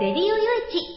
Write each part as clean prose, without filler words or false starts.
レディオよいち。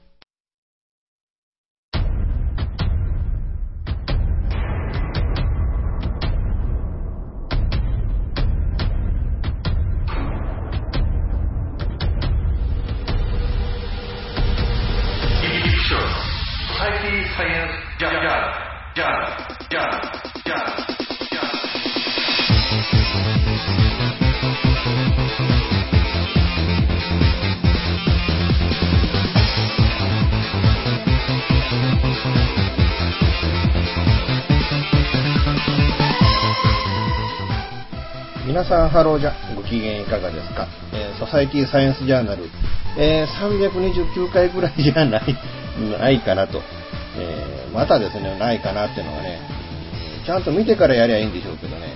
皆さんハローじゃご機嫌いかがですか。ソサイティサイエンスジャーナル、329回ぐらいじゃないかなと、またですねないかなっていうのはね、ちゃんと見てからやりゃいいんでしょうけど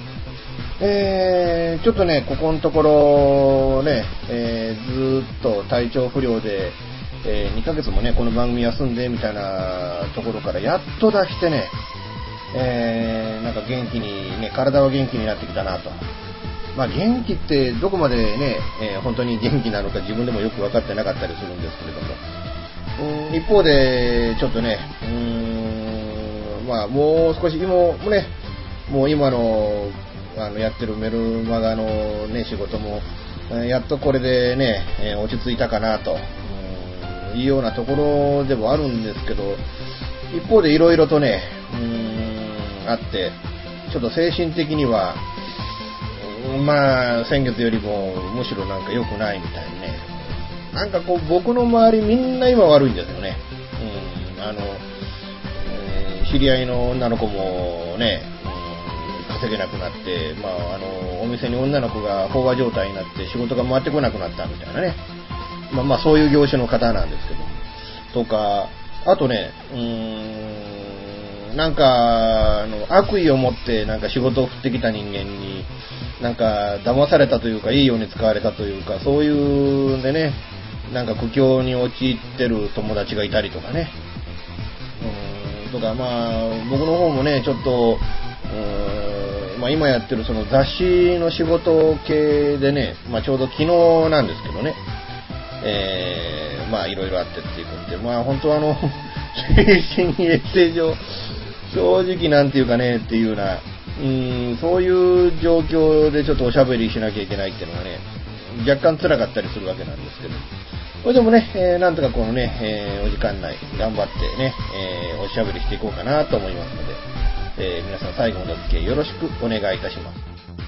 ね、ちょっとねここのところね、ずっと体調不良で、2ヶ月もねこの番組休んでみたいなところからやっと出してね、なんか元気にね、体は元気になってきたなと。まあ元気ってどこまでね、本当に元気なのか自分でもよく分かってなかったりするんですけれども、一方でちょっとね、まあもう少しもう今のやってるメルマガのね仕事もやっとこれでね、落ち着いたかなというようなところでもあるんですけど、一方でいろいろとねあって、ちょっと精神的にはまあ先月よりもむしろなんか良くないみたいにね、なんかこう僕の周りみんな今悪いんですよね。知り合いの女の子もね、稼げなくなって、まあお店に女の子が飽和状態になって仕事が回ってこなくなったみたいなね、まあそういう業種の方なんですけど、とかあとね、なんか悪意を持ってなんか仕事を振ってきた人間になんか騙されたというかいいように使われたというか、そういうんでね、なんか苦境に陥ってる友達がいたりとかね、とかまあ僕の方もねちょっとまあ今やってるその雑誌の仕事系でね、まあちょうど昨日なんですけどね、まあいろいろあってっていうことで、まあ本当は精神衛生上正直なんていうかねっていうような、そういう状況でちょっとおしゃべりしなきゃいけないっていうのがね若干辛かったりするわけなんですけど、これでもね、なんとかこのね、お時間内頑張ってね、おしゃべりしていこうかなと思いますので、皆さん最後までお付き合いよろしくお願いいたします。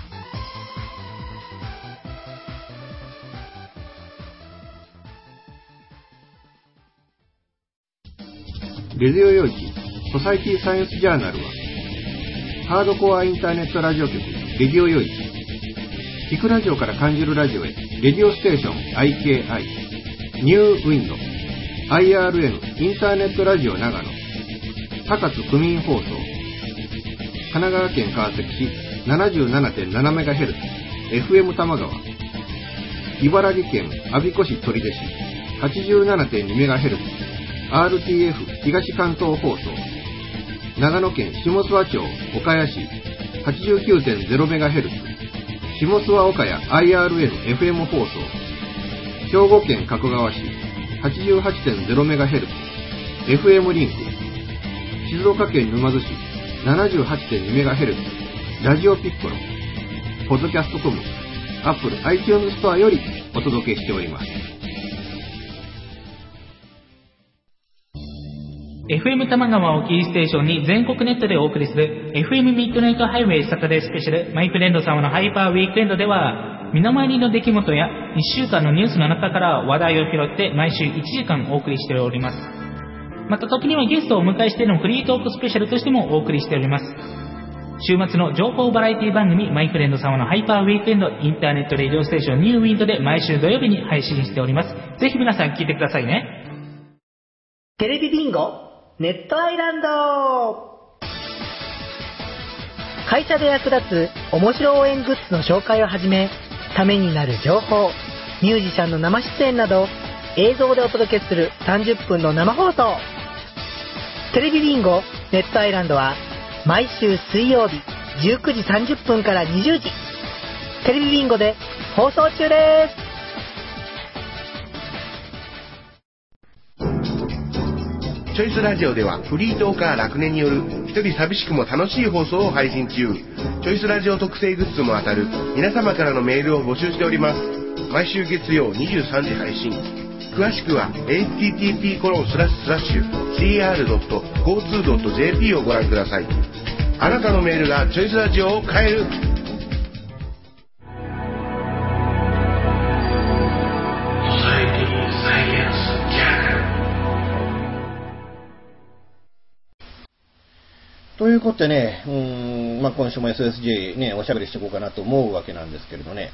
レディオ用地ソサイティサイエンスジャーナルはハードコアインターネットラジオ局レディオ用地、聞くラジオから感じるラジオへレディオステーション IKI ニューウィンド IRN インターネットラジオ長野高津区民放送神奈川県川崎市 77.7MHz FM 玉川、茨城県我孫子市取手市 87.2MHz RTF 東関東放送、長野県下諏訪町岡谷市 89.0MHz 下諏訪岡谷 IRN FM 放送、兵庫県加古川市 88.0MHz FM リンク、静岡県沼津市 78.2MHz ラジオピッコロ、ポッドキャストコム、Apple iTunes ストアよりお届けしております。 FM 玉川をキーステーションに全国ネットでお送りする FM ミッドナイトハイウェイサタデースペシャルマイフレンド様のハイパーウィークエンドでは、身の回りの出来事や1週間のニュースの中から話題を拾って毎週1時間お送りしております。また時にはゲストをお迎えしてのフリートークスペシャルとしてもお送りしております。週末の情報バラエティ番組マイフレンド様のハイパーウィークエンド、インターネットレディオステーションニューウィンドで毎週土曜日に配信しております。ぜひ皆さん聞いてくださいね。 テレビビンゴネットアイランド、会社で役立つ面白応援グッズの紹介をはじめ、ためになる情報、ミュージシャンの生出演など映像でお届けする30分の生放送。テレビビンゴネットアイランドは毎週水曜日19時30分から20時、テレビビンゴで放送中です。 チョイスラジオではフリートーカー楽年による一人寂しくも楽しい放送を配信中。チョイスラジオ特製グッズも当たる皆様からのメールを募集しております。毎週月曜23時配信。詳しくは http://cr.go2.jp をご覧ください。あなたのメールがチョイスラジオを変える。 ということでね、今週も SSJ ね、おしゃべりしていこうかなと思うわけなんですけれどね。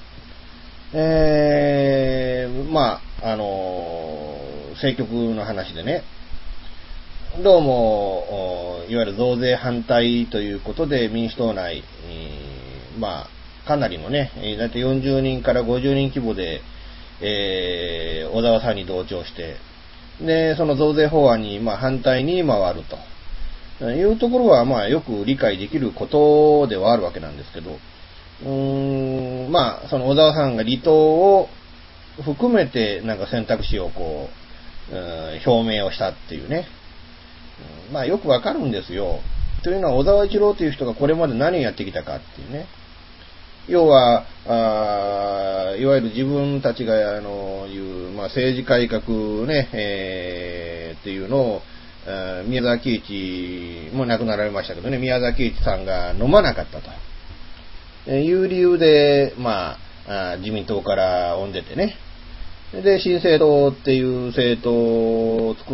政局の話でね、どうも、いわゆる増税反対ということで民主党内、かなりのね、だいたい40人から50人規模で、小沢さんに同調して、で、その増税法案に、反対に回ると。いうところはよく理解できることではあるわけなんですけど、その小沢さんが離党を含めて選択肢を表明をしたっていうね、よくわかるんですよ。というのは小沢一郎という人がこれまで何をやってきたかっていうね、要はいわゆる自分たちが言う、政治改革ね、っていうのを宮沢喜一も亡くなられましたけどね、宮沢喜一さんが飲まなかったという理由で、自民党から追んでてね、で、新政党っていう政党を作って、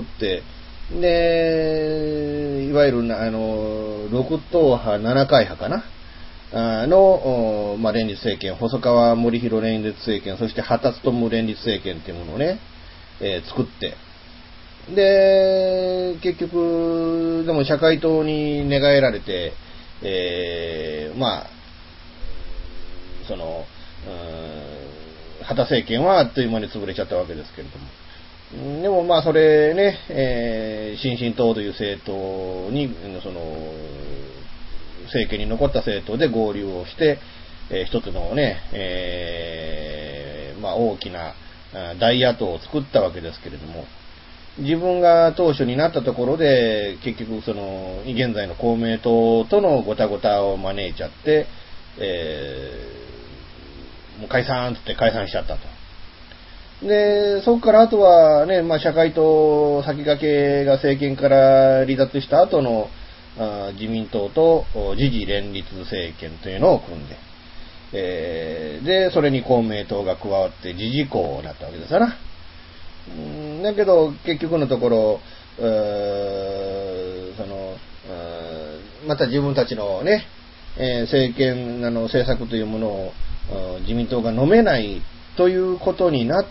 で、いわゆる6党派、7会派かなの、連立政権、細川森弘連立政権、そして畑勉連立政権っていうものをね、作って、で、結局、でも社会党に寝返られて、畑政権はあっという間に潰れちゃったわけですけれども。でもそれね、新進党という政党に、政権に残った政党で合流をして、一つのね、大きな大野党を作ったわけですけれども、自分が党首になったところで、結局現在の公明党とのごたごたを招いちゃって、もう解散って解散しちゃったと。で、そこからあとはね、社会党先駆けが政権から離脱した後の自民党と時事連立政権というのを組んで、で、それに公明党が加わって時事公になったわけですから。だけど、結局のところ、また自分たちのね、政権、政策というものを自民党が飲めないということになって、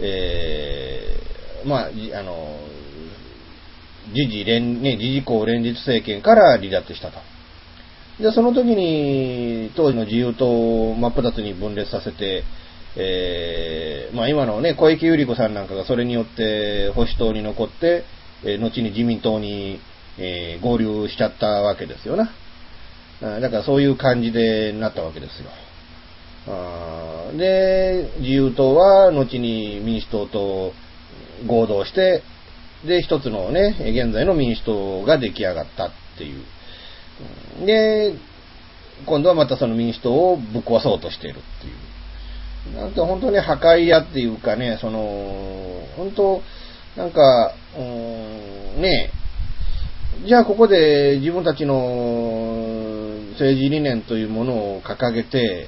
時事公連立政権から離脱したと。で、その時に、当時の自由党を真っ二つに分裂させて、今のね、小池百合子さんなんかがそれによって保守党に残って、後に自民党に、合流しちゃったわけですよな。だからそういう感じでなったわけですよ。で、自由党は後に民主党と合同して、で、一つのね、現在の民主党が出来上がったっていう。で、今度はまたその民主党をぶっ壊そうとしているっていう。なんか本当に破壊屋っていうかね、本当、じゃあここで自分たちの政治理念というものを掲げて、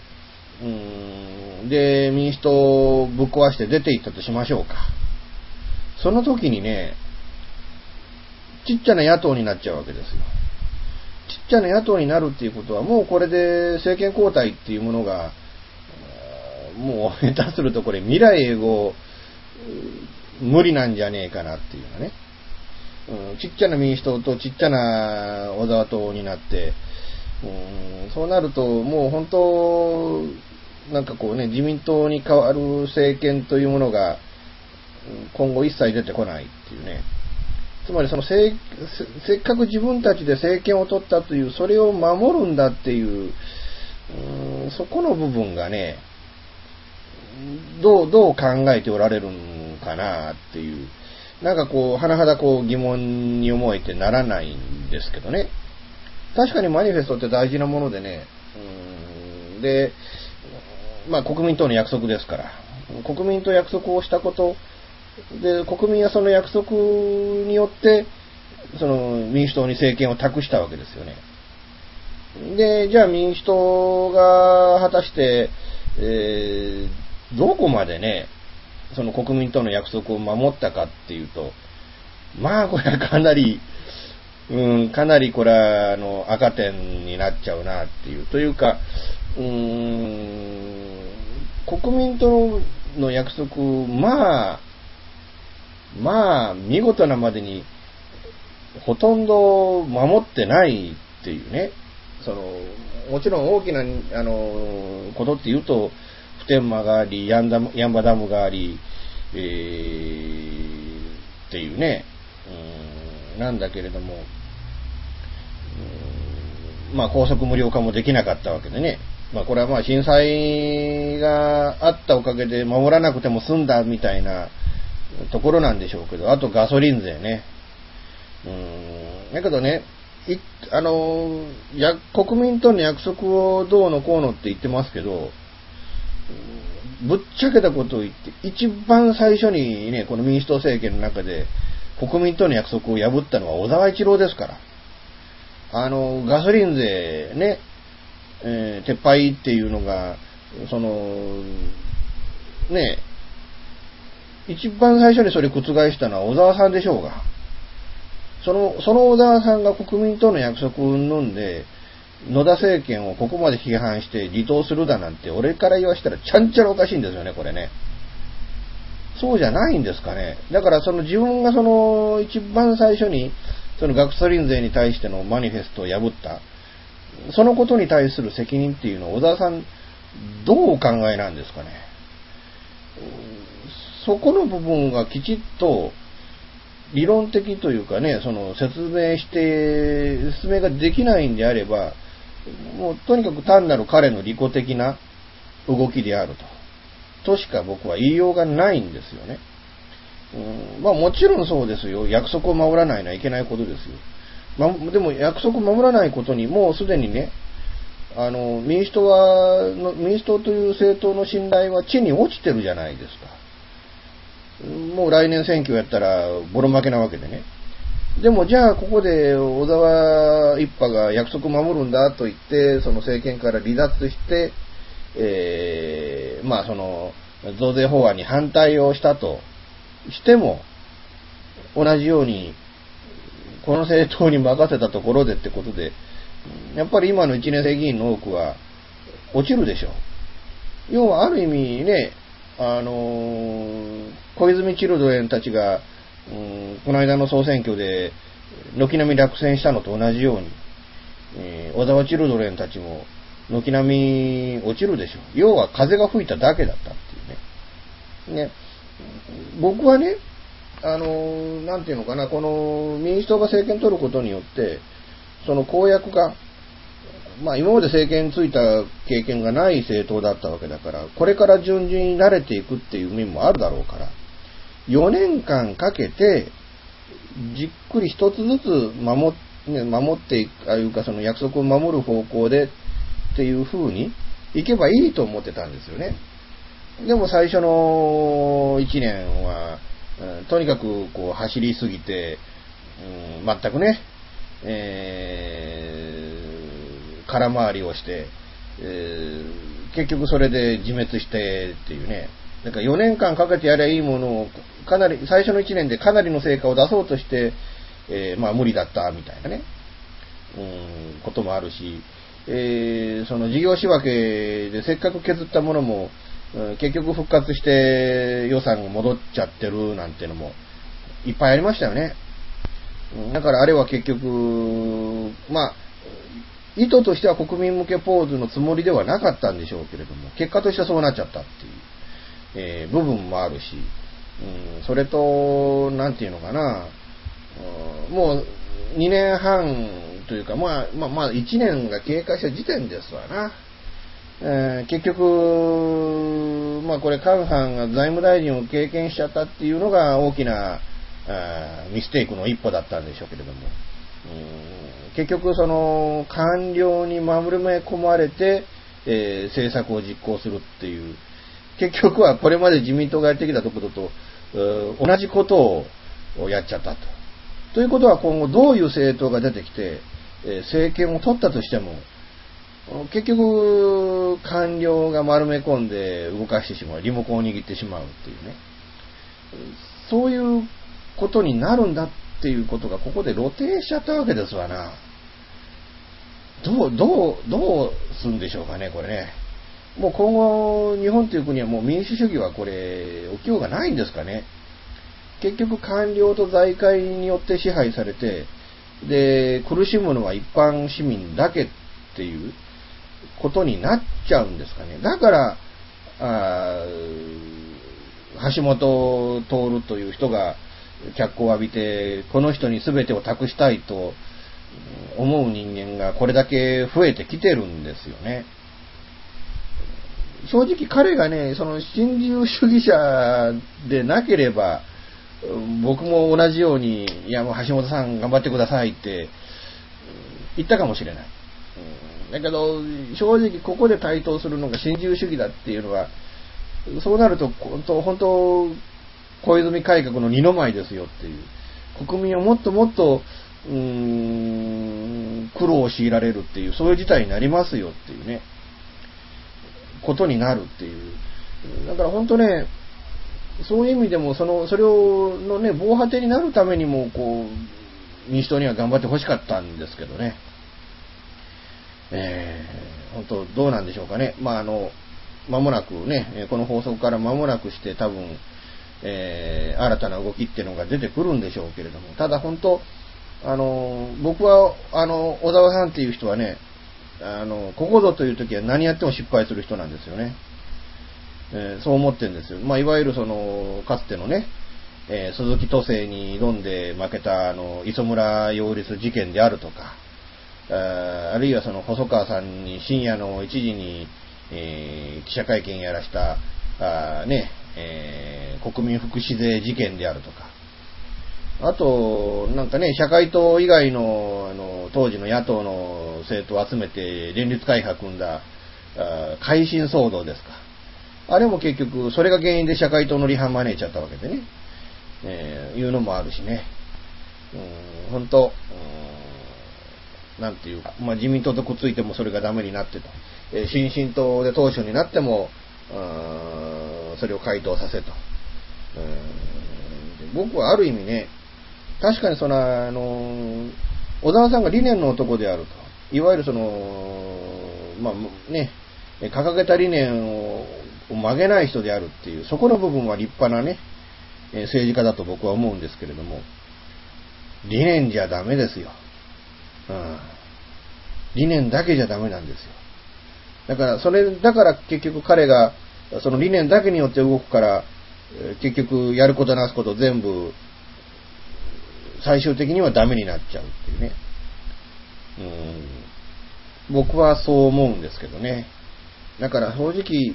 で、民主党をぶっ壊して出ていったとしましょうか。その時にね、ちっちゃな野党になっちゃうわけですよ。ちっちゃな野党になるっていうことは、もうこれで政権交代っていうものが、もう下手するとこれ未来永劫無理なんじゃねえかなっていうのね、ちっちゃな民主党とちっちゃな小沢党になって、そうなるともう本当自民党に代わる政権というものが今後一切出てこないっていうね。つまりせっかく自分たちで政権を取ったというそれを守るんだっていう、そこの部分がね、どう考えておられるのかなっていう。 なんかこう、甚だこう疑問に思えてならないんですけどね。確かにマニフェストって大事なものでね、で、まあ国民との約束ですから、国民と約束をしたこと、で、国民はその約束によって、その民主党に政権を託したわけですよね。で、じゃあ民主党が果たして、どこまでね、その国民との約束を守ったかっていうと、まあこれはかなりこれは赤点になっちゃうなっていう。というか、国民との約束、まあ見事なまでにほとんど守ってないっていうね。もちろん大きなことっていうと、普天間があり、八ッ場ダムがあり、っていうね、なんだけれども、まあ高速無料化もできなかったわけでね。まあこれはまあ震災があったおかげで守らなくても済んだみたいなところなんでしょうけど、あとガソリン税ね。だけどね、国民との約束をどうのこうのって言ってますけど、ぶっちゃけたことを言って、一番最初にね、この民主党政権の中で国民との約束を破ったのは小沢一郎ですから。ガソリン税ね、撤廃っていうのが、ね、一番最初にそれ覆したのは小沢さんでしょうが。その小沢さんが国民との約束を云々で、野田政権をここまで批判して離党するだなんて、俺から言わしたらちゃんちゃらおかしいんですよね、これね。そうじゃないんですかね。だから自分が一番最初に、ガソリン税に対してのマニフェストを破った、そのことに対する責任っていうのを小沢さん、どうお考えなんですかね。そこの部分がきちっと、理論的というかね、説明ができないんであれば、もうとにかく単なる彼の利己的な動きであるとしか僕は言いようがないんですよね。まあもちろんそうですよ。約束を守らないのはいけないことですよ。でも約束を守らないことにもうすでにね、民主党という政党の信頼は地に落ちてるじゃないですか。もう来年選挙やったらボロ負けなわけでね。でもじゃあここで小沢一派が約束守るんだと言って、その政権から離脱して、まあ増税法案に反対をしたとしても、同じようにこの政党に任せたところでってことで、やっぱり今の1年生議員の多くは落ちるでしょう。要はある意味ね、小泉チルドレンたちが、この間の総選挙で軒並み落選したのと同じように、小沢チルドレンたちも軒並み落ちるでしょう。要は風が吹いただけだったっていうね。ね、僕はね、なんていうのかな、この民主党が政権取ることによって、その公約が、まあ今まで政権についた経験がない政党だったわけだから、これから順々に慣れていくっていう面もあるだろうから、4年間かけて、じっくり一つずつ守っていく、ああいうかその約束を守る方向でっていう風にいけばいいと思ってたんですよね。でも最初の1年は、とにかくこう走りすぎて、全くね、空回りをして、結局それで自滅してっていうね、なんか4年間かけてやればいいものを最初の1年でかなりの成果を出そうとして、まあ無理だったみたいなね、こともあるし、その事業仕分けでせっかく削ったものも、結局復活して予算が戻っちゃってるなんてのもいっぱいありましたよね。だからあれは結局、まあ、意図としては国民向けポーズのつもりではなかったんでしょうけれども、結果としてはそうなっちゃったっていう、部分もあるし、それと、なんていうのかな、もう2年半というか、まあ1年が経過した時点ですわな。結局、まあこれ、菅さんが財務大臣を経験しちゃったっていうのが大きな、 ミステイクの一歩だったんでしょうけれども、結局その官僚に守り込まれて、政策を実行するっていう、結局はこれまで自民党がやってきたことと同じことをやっちゃったと。ということは今後どういう政党が出てきて、政権を取ったとしても、結局官僚が丸め込んで動かしてしまう、リモコンを握ってしまうっていうね、そういうことになるんだっていうことがここで露呈しちゃったわけですわな。どうするんでしょうかね、これね。もう今後日本という国はもう民主主義はこれ起きようがないんですかね。結局官僚と財界によって支配されて、で苦しむのは一般市民だけっていうことになっちゃうんですかね。だから橋本徹という人が脚光を浴びて、この人に全てを託したいと思う人間がこれだけ増えてきてるんですよね。正直彼がね、その新自由主義者でなければ、僕も同じように、いやもう橋本さん頑張ってくださいって言ったかもしれない。だけど正直ここで台頭するのが新自由主義だっていうのは、そうなると本当小泉改革の二の舞ですよっていう、国民をもっともっと苦労を強いられるっていう、そういう事態になりますよっていうね、ことになるっていう。だから本当ね、そういう意味でもそれをのね、防波堤になるためにもこう民主党には頑張ってほしかったんですけどね。本当どうなんでしょうかね。間もなくね、この放送から間もなくして多分、新たな動きっていうのが出てくるんでしょうけれども、ただ本当僕は小沢さんっていう人はね、ここぞという時は何やっても失敗する人なんですよね。そう思ってるんですよ。いわゆるかつてのね、鈴木都政に挑んで負けた磯村擁立事件であるとか、あるいは細川さんに深夜の1時に、記者会見やらした国民福祉税事件であるとか、あとなんかね、社会党以外の当時の野党の政党を集めて連立会派組んだ改新騒動ですか。あれも結局それが原因で社会党の離反招いちゃったわけでね、いうのもあるしね。本当なんていうか、自民党とくっついてもそれがダメになってと、新進党で党首になってもそれを回答させと。僕はある意味ね、確かに小沢さんが理念の男であると、いわゆる掲げた理念を曲げない人であるっていう、そこの部分は立派なね、政治家だと僕は思うんですけれども、理念じゃダメですよ。理念だけじゃダメなんですよ。だから結局彼がその理念だけによって動くから、結局やることなすこと全部最終的にはダメになっちゃうっていうね。僕はそう思うんですけどね。だから正直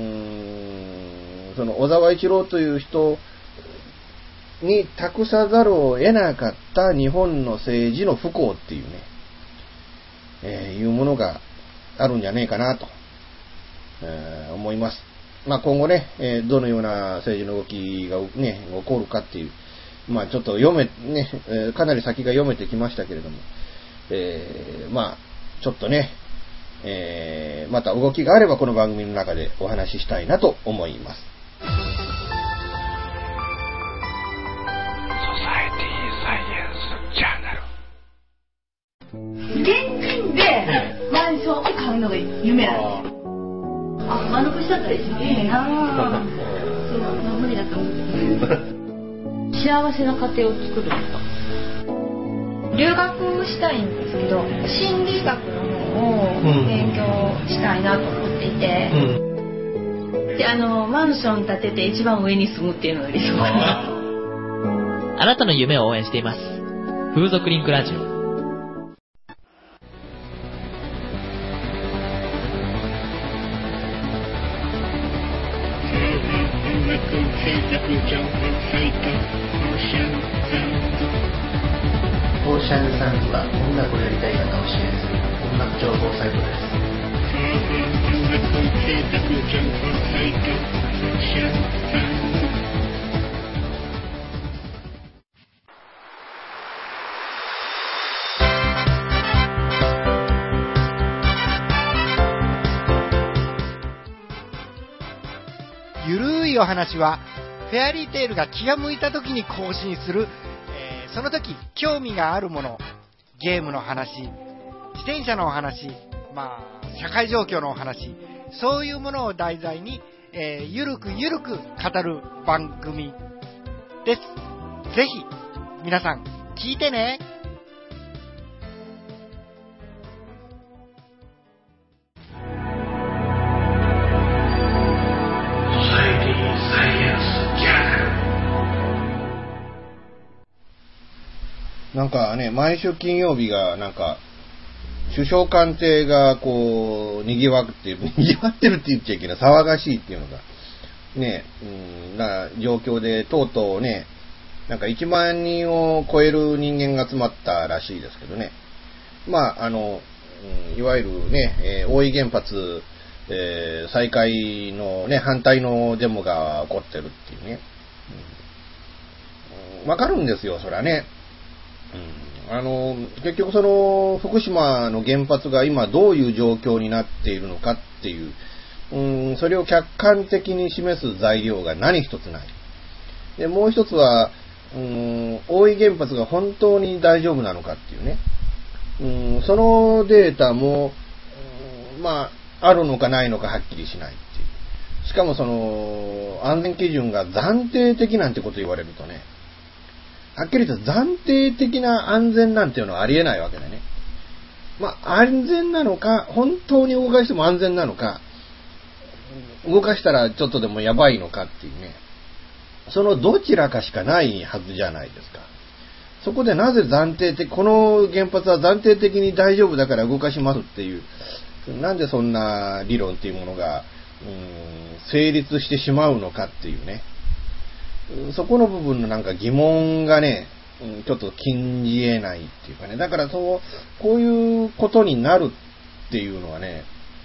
小沢一郎という人に託さざるを得なかった日本の政治の不幸っていうね、いうものがあるんじゃねえかなと、思います。今後ね、どのような政治の動きがね起こるかっていう、ちょっとかなり先が読めてきましたけれども、ちょっとね、また動きがあればこの番組の中でお話ししたいなと思います。 現金でマンションを買うのが夢なんですよ。満足しちゃったら一番いいなそう無理だと思う。幸せな家庭を作ると。留学したいんですけど、心理学の方を勉強したいなと思っていて、でマンション建てて一番上に住むっていうのが理想かな。 あなたの夢を応援しています。風俗リンクラジオ。 オーシャンサンズは音楽をやりたい方を支援する音楽情報サイトです。 ゆるいお話はフェアリーテールが気が向いた時に更新する、その時興味があるもの、ゲームの話、自転車のお話、社会状況のお話、そういうものを題材に、ゆるくゆるく語る番組です。ぜひ皆さん聞いてね。 なんかね、毎週金曜日がなんか首相官邸がこう賑わってるって言っちゃいけない、騒がしいっていうのがね、な状況で、とうとうね、なんか1万人を超える人間が集まったらしいですけどね。いわゆるね、大井原発、再開のね、反対のデモが起こってるっていうね。わかるんですよ、そりゃね。結局その福島の原発が今どういう状況になっているのかっていう、それを客観的に示す材料が何一つない。で、もう一つは、大井原発が本当に大丈夫なのかっていうね。そのデータも、あるのかないのかはっきりしないっていう。しかもその、安全基準が暫定的なんてこと言われるとね、はっきり言って暫定的な安全なんていうのはありえないわけだね。安全なのか、本当に動かしても安全なのか、動かしたらちょっとでもやばいのかっていうね。そのどちらかしかないはずじゃないですか。そこでなぜ暫定的、この原発は暫定的に大丈夫だから動かしますっていう、なんでそんな理論っていうものが、成立してしまうのかっていうね。そこの部分のなんか疑問がね、ちょっと禁じ得ないっていうかね。だからこういうことになるっていうのはね、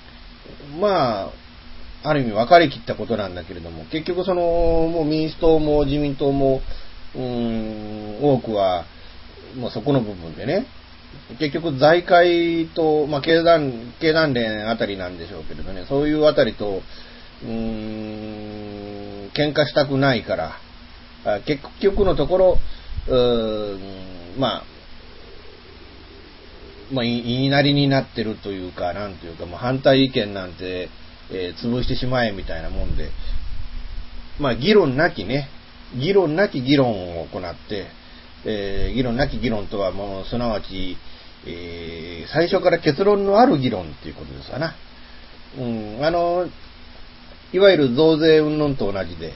ある意味分かりきったことなんだけれども、結局もう民主党も自民党も、多くは、そこの部分でね、結局財界と、経団連あたりなんでしょうけれどね、そういうあたりと、喧嘩したくないから、結局のところ、言いなりになってるというか、なんというか、反対意見なんて、潰してしまえみたいなもんで、議論なき議論を行って、議論なき議論とはもうすなわち、最初から結論のある議論っていうことですわな。いわゆる増税云々と同じで、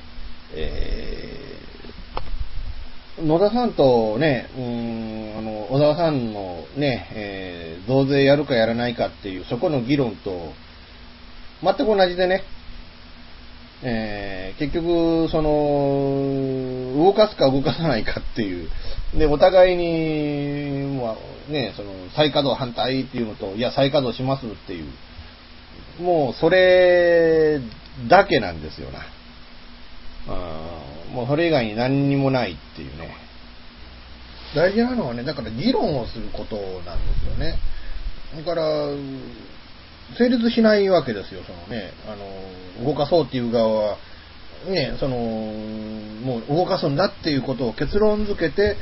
野田さんとね、小沢さんのね、増税やるかやらないかっていうそこの議論と全く同じでね、結局動かすか動かさないかっていうで、お互いに再稼働反対っていうのと、いや再稼働しますっていう、もうそれだけなんですよな。もうそれ以外に何にもないっていうね。大事なのはね、だから議論をすることなんですよね。だから成立しないわけですよ。動かそうっていう側はね、もう動かすんだっていうことを結論付けて、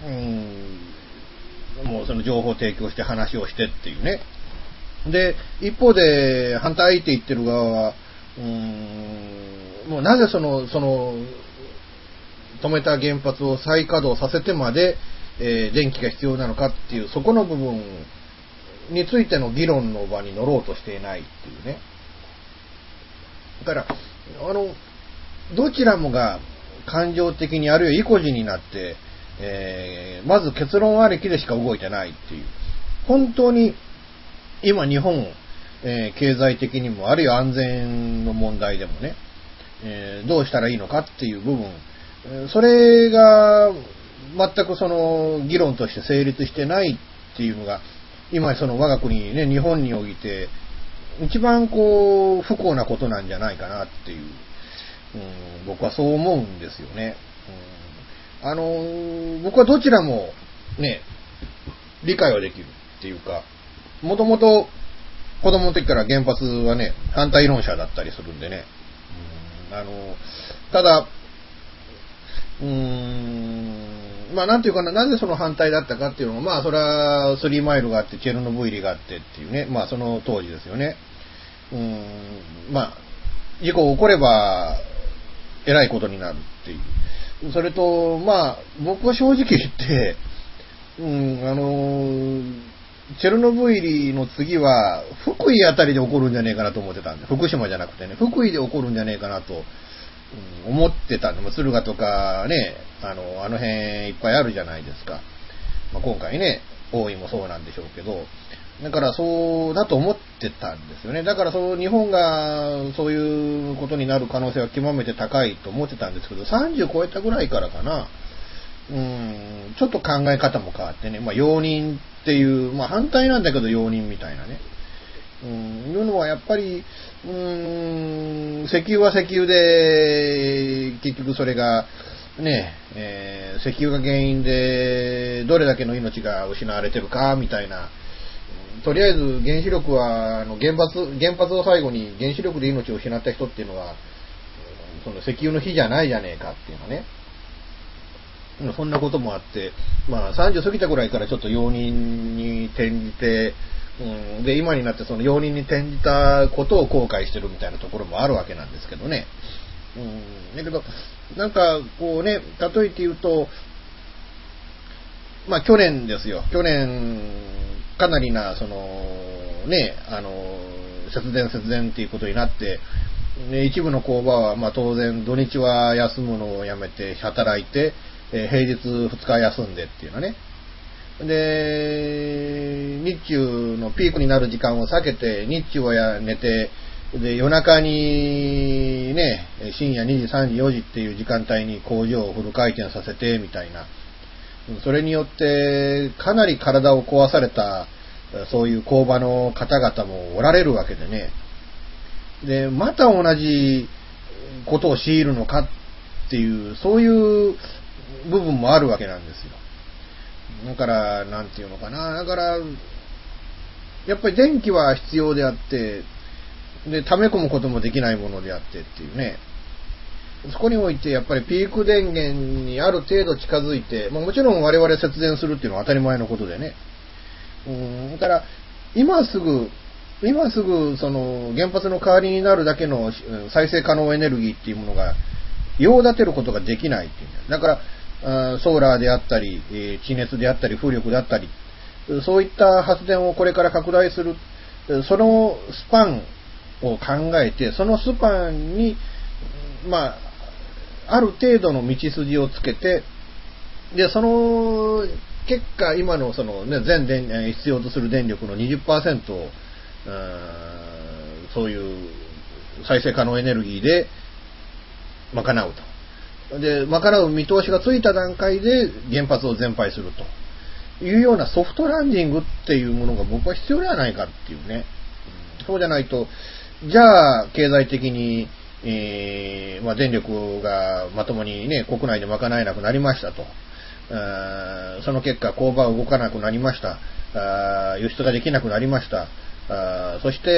もうその情報提供して話をしてっていうね。で、一方で反対って言ってる側は、もうなぜ止めた原発を再稼働させてまで、電気が必要なのかっていう、そこの部分についての議論の場に乗ろうとしていないっていうね。だからどちらもが感情的にあるいは意固地になって、まず結論ありきでしか動いてないっていう。本当に今日本、経済的にもあるいは安全の問題でもね、 どうしたらいいのかっていう部分、それが全くその議論として成立してないっていうのが、今その我が国ね、日本において一番こう不幸なことなんじゃないかなっていう、僕はそう思うんですよね。僕はどちらもね、理解はできるっていうか、もともと子供の時から原発はね、反対論者だったりするんでね。ただ、まあなんていうかな、なぜその反対だったかっていうのが、まあそれはスリーマイルがあって、チェルノブイリがあってっていうね、まあその当時ですよね。まあ、事故が起これば、えらいことになるっていう。それと、まあ、僕は正直言って、チェルノブイリの次は、福井あたりで起こるんじゃねえかなと思ってたんで、福島じゃなくてね、福井で起こるんじゃねえかなと、思ってたんで、敦賀とかね、あの辺いっぱいあるじゃないですか。まあ、今回ね、大井もそうなんでしょうけど、だからそうだと思ってたんですよね。だから日本がそういうことになる可能性は極めて高いと思ってたんですけど、30超えたぐらいからかな、ちょっと考え方も変わってね、まあ容認っていう、まあ反対なんだけど容認みたいなね、いうのはやっぱり、石油は石油で、結局それが、ね、石油が原因でどれだけの命が失われてるかみたいな、とりあえず原子力は原発を最後に原子力で命を失った人っていうのはその石油の火じゃないじゃねえかっていうのね、そんなこともあって、まあ30過ぎたぐらいからちょっと容認に転じて、で今になってその容認に転じたことを後悔してるみたいなところもあるわけなんですけどね。だけどなんかこうね、例えて言うと、まあ去年ですよ。去年かなりなそのね、節電っていうことになって、ね、一部の工場はまあ当然土日は休むのをやめて働いて、平日2日休んでっていうのね。で、日中のピークになる時間を避けて、日中は寝て、で、夜中にね、深夜2時、3時、4時っていう時間帯に工場をフル回転させて、みたいな。それによって、かなり体を壊された、そういう工場の方々もおられるわけでね。で、また同じことを強いるのかっていう、そういう部分もあるわけなんですよ。だから、なんていうのかな。だから、やっぱり電気は必要であって、で、溜め込むこともできないものであってっていうね。そこにおいて、やっぱりピーク電源にある程度近づいて、もちろん我々節電するっていうのは当たり前のことでね。だから、今すぐ、その、原発の代わりになるだけの再生可能エネルギーっていうものが、用立てることができないっていう。だから、ソーラーであったり、地熱であったり、風力であったり、そういった発電をこれから拡大する、そのスパンを考えて、そのスパンに、まあ、ある程度の道筋をつけて、で、その結果、今のそのね、必要とする電力の 20% を、そういう再生可能エネルギーで賄うと。で、賄う見通しがついた段階で原発を全廃するというようなソフトランディングっていうものが僕は必要ではないかっていうね。そうじゃないと、じゃあ経済的に、まあ、電力がまともにね、国内で賄えなくなりましたと。その結果、工場は動かなくなりました。輸出ができなくなりました。そして、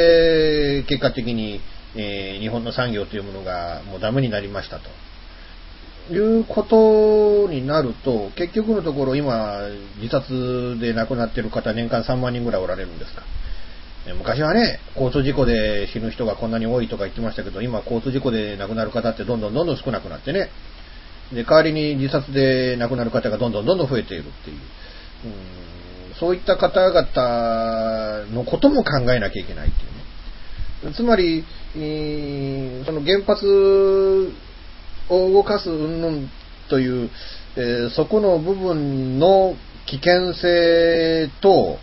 結果的に、日本の産業というものがもうダメになりましたと。いうことになると、結局のところ今、自殺で亡くなっている方、年間3万人ぐらいおられるんですか。昔はね、交通事故で死ぬ人がこんなに多いとか言ってましたけど、今、交通事故で亡くなる方ってどんどん少なくなってね。で、代わりに自殺で亡くなる方がどんどん増えているっていう。そういった方々のことも考えなきゃいけないっていうね。つまり、その原発を動かす云々という、そこの部分の危険性と、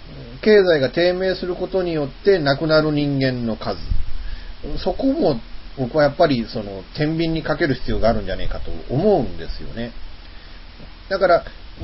経済が低迷することによって亡くなる人間の数、そこも僕はやっぱりその天秤にかける必要があるんじゃないかと思うんですよね。だから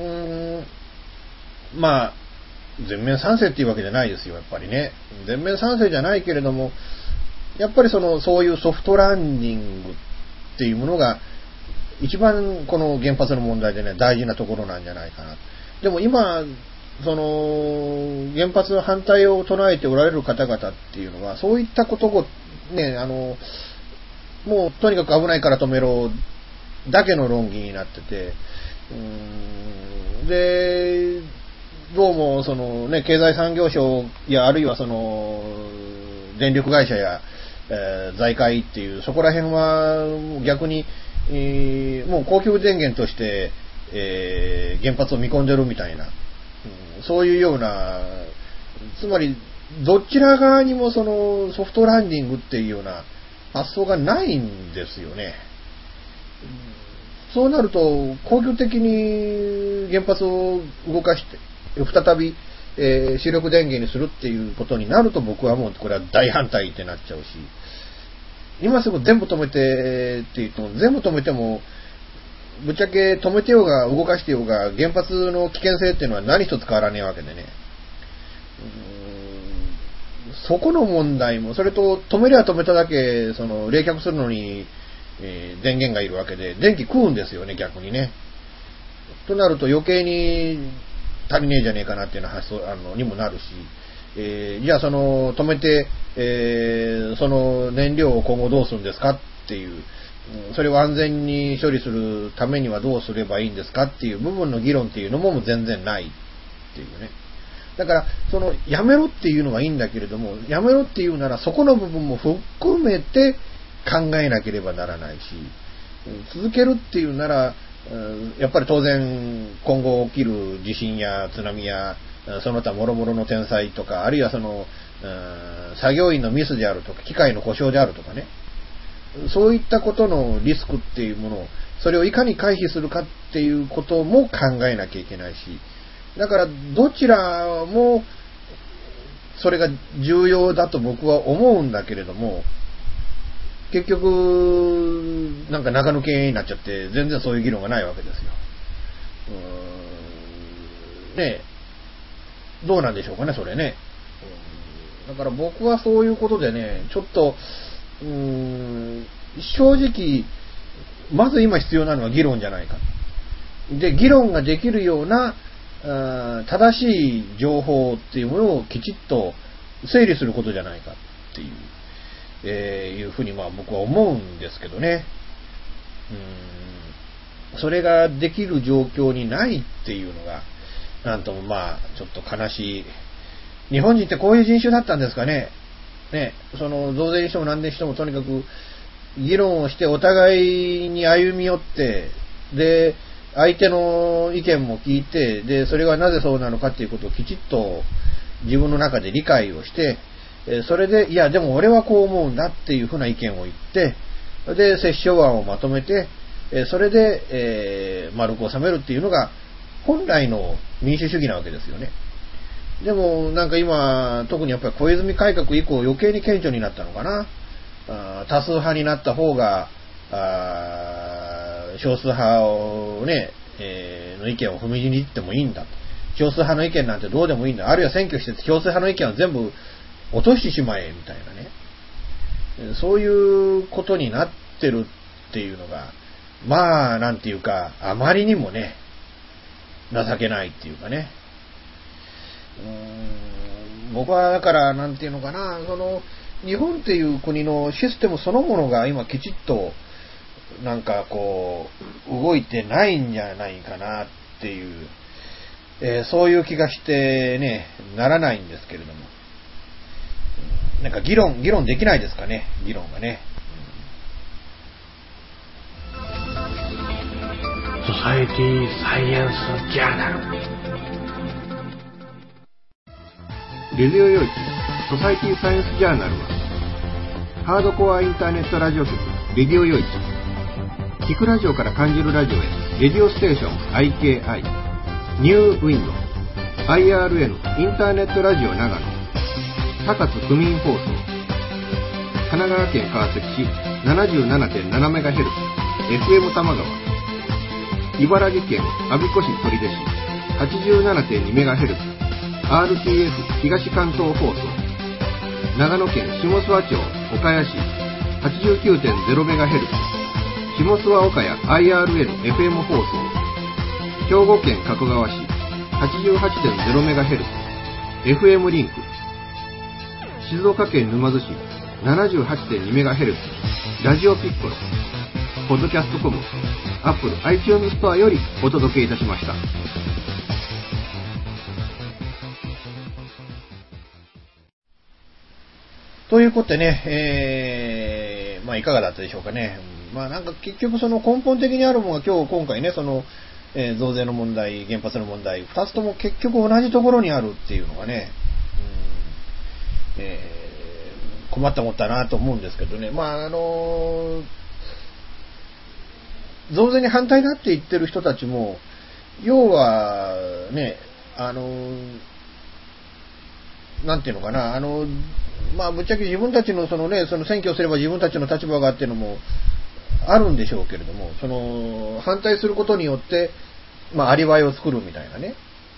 まあ全面賛成っていうわけじゃないですよ、やっぱりね。全面賛成じゃないけれども、やっぱりそういうソフトランディングっていうものが一番この原発の問題でね、大事なところなんじゃないかな。でも今原発の反対を唱えておられる方々っていうのは、そういったことをね、もうとにかく危ないから止めろだけの論議になってて、でどうも経済産業省やあるいは電力会社や、財界っていうそこら辺は逆に、もう公共電源として、原発を見込んでるみたいな、そういうような、つまりどちら側にもソフトランディングっていうような発想がないんですよね。そうなると公共的に原発を動かして再び、主力電源にするっていうことになると、僕はもうこれは大反対ってなっちゃうし、今すぐ全部止めてって言うと、全部止めてもぶっちゃけ止めてようが動かしてようが原発の危険性っていうのは何一つ変わらねえわけでね。そこの問題も、それと止めれば止めただけ冷却するのに、電源がいるわけで電気食うんですよね、逆にね。となると余計に足りねえじゃねえかなっていう発想にもなるし、じゃあ止めて、その燃料を今後どうするんですかっていう、それを安全に処理するためにはどうすればいいんですかっていう部分の議論っていうのも全然ないっていうね。だからやめろっていうのはいいんだけれども、やめろっていうならそこの部分も含めて考えなければならないし、続けるっていうならやっぱり当然今後起きる地震や津波やその他諸々の天災とか、あるいは作業員のミスであるとか機械の故障であるとかね、そういったことのリスクっていうものを、それをいかに回避するかっていうことも考えなきゃいけないし、だからどちらもそれが重要だと僕は思うんだけれども、結局なんか中抜けになっちゃって全然そういう議論がないわけですよ。ねえ、どうなんでしょうかね、それね。だから僕はそういうことでね、ちょっと正直まず今必要なのは議論じゃないか。で、議論ができるような正しい情報っていうものをきちっと整理することじゃないかっていう、いうふうに僕は思うんですけどね。それができる状況にないっていうのがなんともちょっと悲しい。日本人ってこういう人種だったんですかね。ね、増税にしても何にしてもとにかく議論をしてお互いに歩み寄って、で相手の意見も聞いて、でそれがなぜそうなのかっていうことをきちっと自分の中で理解をして、それでいやでも俺はこう思うんだっていうふうな意見を言って、で折衝案をまとめて、それで、丸く収めるっていうのが本来の民主主義なわけですよね。でもなんか今特にやっぱり小泉改革以降余計に顕著になったのかな。多数派になった方が少数派をね、の意見を踏みにじってもいいんだ。少数派の意見なんてどうでもいいんだ。あるいは選挙して少数派の意見を全部落としてしまえみたいなね。そういうことになってるっていうのがなんていうかあまりにもね情けないっていうかね。僕はだからなんていうのかな、日本っていう国のシステムそのものが今きちっとなんかこう動いてないんじゃないかなっていう、そういう気がしてねならないんですけれども、なんか議論できないですかね、議論がね。 ソサエティサイエンスジャーナル。 レディオ用地ソサエティサイエンスジャーナルはハードコアインターネットラジオ局レディオ用地、聞くラジオから感じるラジオへレディオステーション IKI、 ニューウィンド IRN インターネットラジオ長野、高津区民放送、神奈川県川崎市 77.7MHz、FM 玉川。茨城県我孫子市取手市、87.2MHz、RTF 東関東放送。長野県下諏訪町岡谷市、89.0MHz、下諏訪岡谷 IRN FM 放送。兵庫県加古川市、88.0MHz、FM リンク。静岡県沼津市、78.2MHz、ラジオピッコロ。ポッドキャストコム、Apple iTunes ストアよりお届けいたしました。 ということでね、いかがだったでしょうかね。なんか結局その根本的にあるものが今回ね、その、増税の問題、原発の問題、二つとも結局同じところにあるっていうのがね、困ったもんだなと思うんですけどね。増税に反対だって言ってる人たちも、要はね、なんていうのかな、ぶっちゃけ自分たちのそのね、その選挙をすれば自分たちの立場があってのもあるんでしょうけれども、その反対することによって、アリバイを作るみたいなね。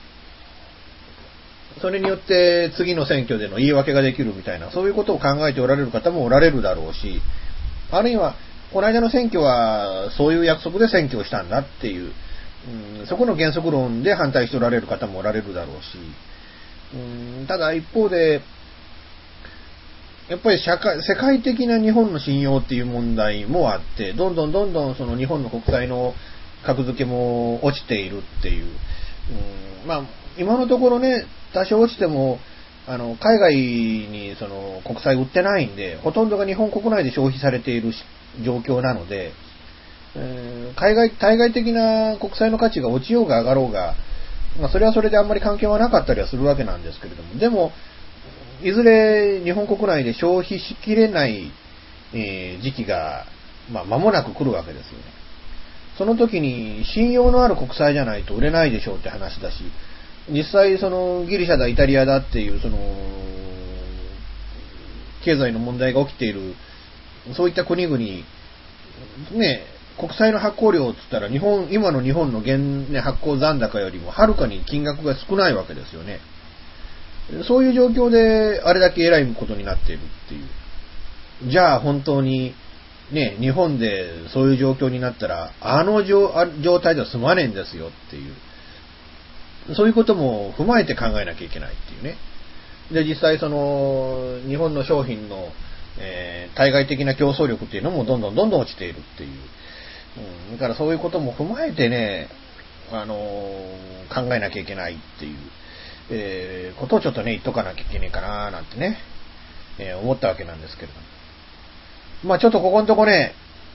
それによって次の選挙での言い訳ができるみたいな、そういうことを考えておられる方もおられるだろうし、あるいは、この間の選挙はそういう約束で選挙をしたんだっていう、そこの原則論で反対しておられる方もおられるだろうし、ただ一方で、やっぱり世界的な日本の信用っていう問題もあって、どんどんその日本の国債の格付けも落ちているっていう、今のところね、多少落ちても、海外にその国債売ってないんで、ほとんどが日本国内で消費されている状況なので、対外的な国債の価値が落ちようが上がろうが、それはそれであんまり関係はなかったりはするわけなんですけれども、でも、いずれ日本国内で消費しきれない、時期が、間もなく来るわけですよね。その時に信用のある国債じゃないと売れないでしょうって話だし、実際そのギリシャだイタリアだっていうその経済の問題が起きているそういった国々ね、国債の発行量って言ったら今の日本の発行残高よりもはるかに金額が少ないわけですよね。そういう状況であれだけ偉いことになっているっていう。じゃあ本当にね、日本でそういう状況になったら状態では済まねえんですよっていう。そういうことも踏まえて考えなきゃいけないっていうね。で、実際その、日本の商品の、対外的な競争力っていうのもどんどん落ちているっていう。だからそういうことも踏まえてね、考えなきゃいけないっていう、ことをちょっとね、言っとかなきゃいけないかななんてね、思ったわけなんですけれども。ちょっとここのとこね、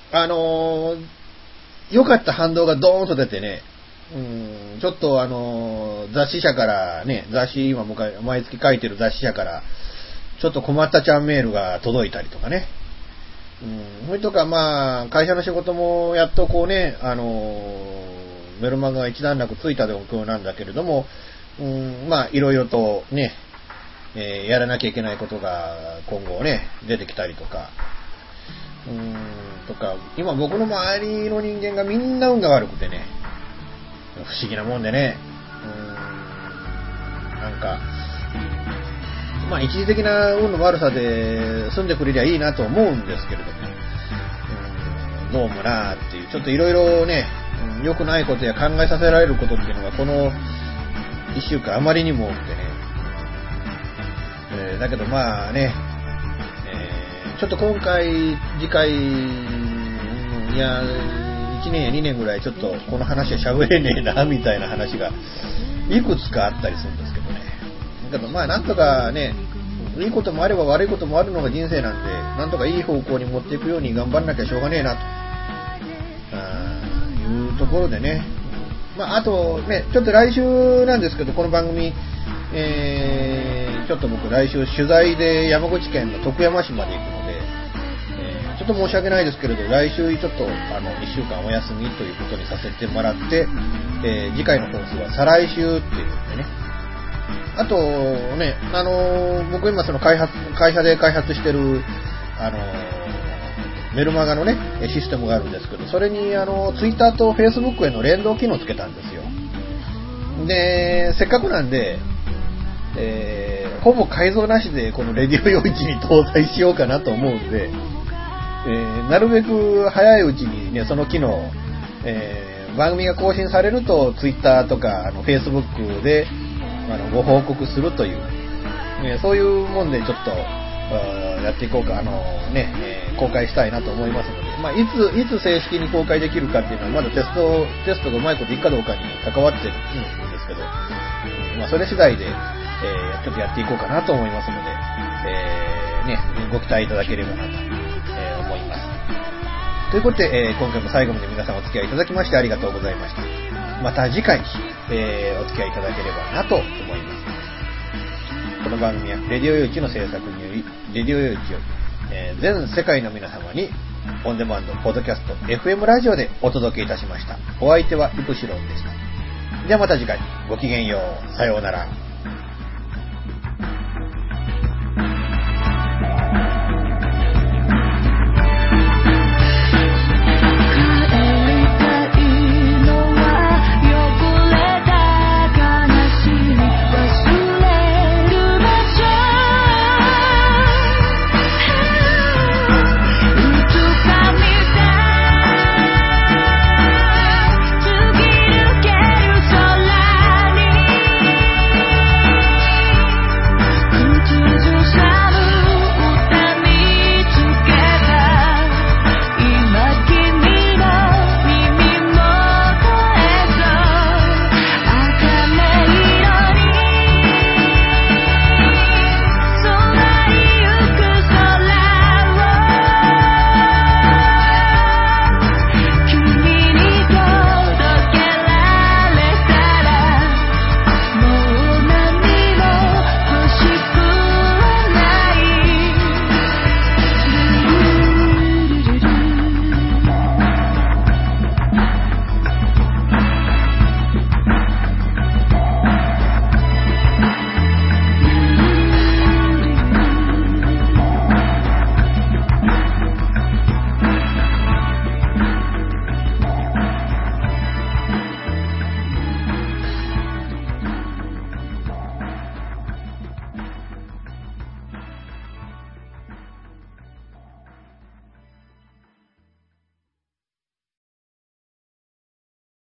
良かった反動がドーンと出てね、ちょっと雑誌社からね、今毎月書いてる雑誌社から、ちょっと困ったちゃんメールが届いたりとかね。それとか会社の仕事もやっとこうね、メルマガが一段落ついた状況なんだけれども、いろいろとね、やらなきゃいけないことが今後ね、出てきたりとか、今僕の周りの人間がみんな運が悪くてね、不思議なもんでね、なんか、一時的な運の悪さで済んでくれりゃいいなと思うんですけれども、どうもなーっていう、ちょっといろいろね、良くないことや考えさせられることっていうのがこの1週間あまりにも多くてね、だけどちょっと今回、次回、1年や2年ぐらいちょっとこの話は喋れねえなみたいな話がいくつかあったりするんですけどね。だけどなんとかね、いいこともあれば悪いこともあるのが人生なんで、なんとかいい方向に持っていくように頑張んなきゃしょうがねえなというところでね。あとね、ちょっと来週なんですけど、この番組、ちょっと僕来週取材で山口県の徳山市まで行くので、ちょっと申し訳ないですけれど、来週ちょっと1週間お休みということにさせてもらって、次回の放送は再来週っていうのでね。あとね、僕今その会社で開発してるメルマガのね、システムがあるんですけど、それにTwitter と Facebook への連動機能をつけたんですよ。で、せっかくなんで、ほぼ改造なしでこのレディオ用一に搭載しようかなと思うんで、なるべく早いうちにね、その機能、番組が更新されると Twitter とかFacebook でご報告するという、そういうもんでちょっとやっていこうか、公開したいなと思いますので、まあ、いつ正式に公開できるかっていうのはまだテストがうまいこといくかどうかに関わってるんですけど、まあ、それ次第で、ちょっとやっていこうかなと思いますので、ご期待いただければなと、思います。ということで、今回も最後まで皆さんお付き合いいただきましてありがとうございました。また次回、お付き合いいただければなと思います。この番組はレディオ用一の制作により、レディオ用一より、全世界の皆様にオンデマンド、ポッドキャスト、FM ラジオでお届けいたしました。お相手はイプシロンでした。ではまた次回、ごきげんよう。さようなら。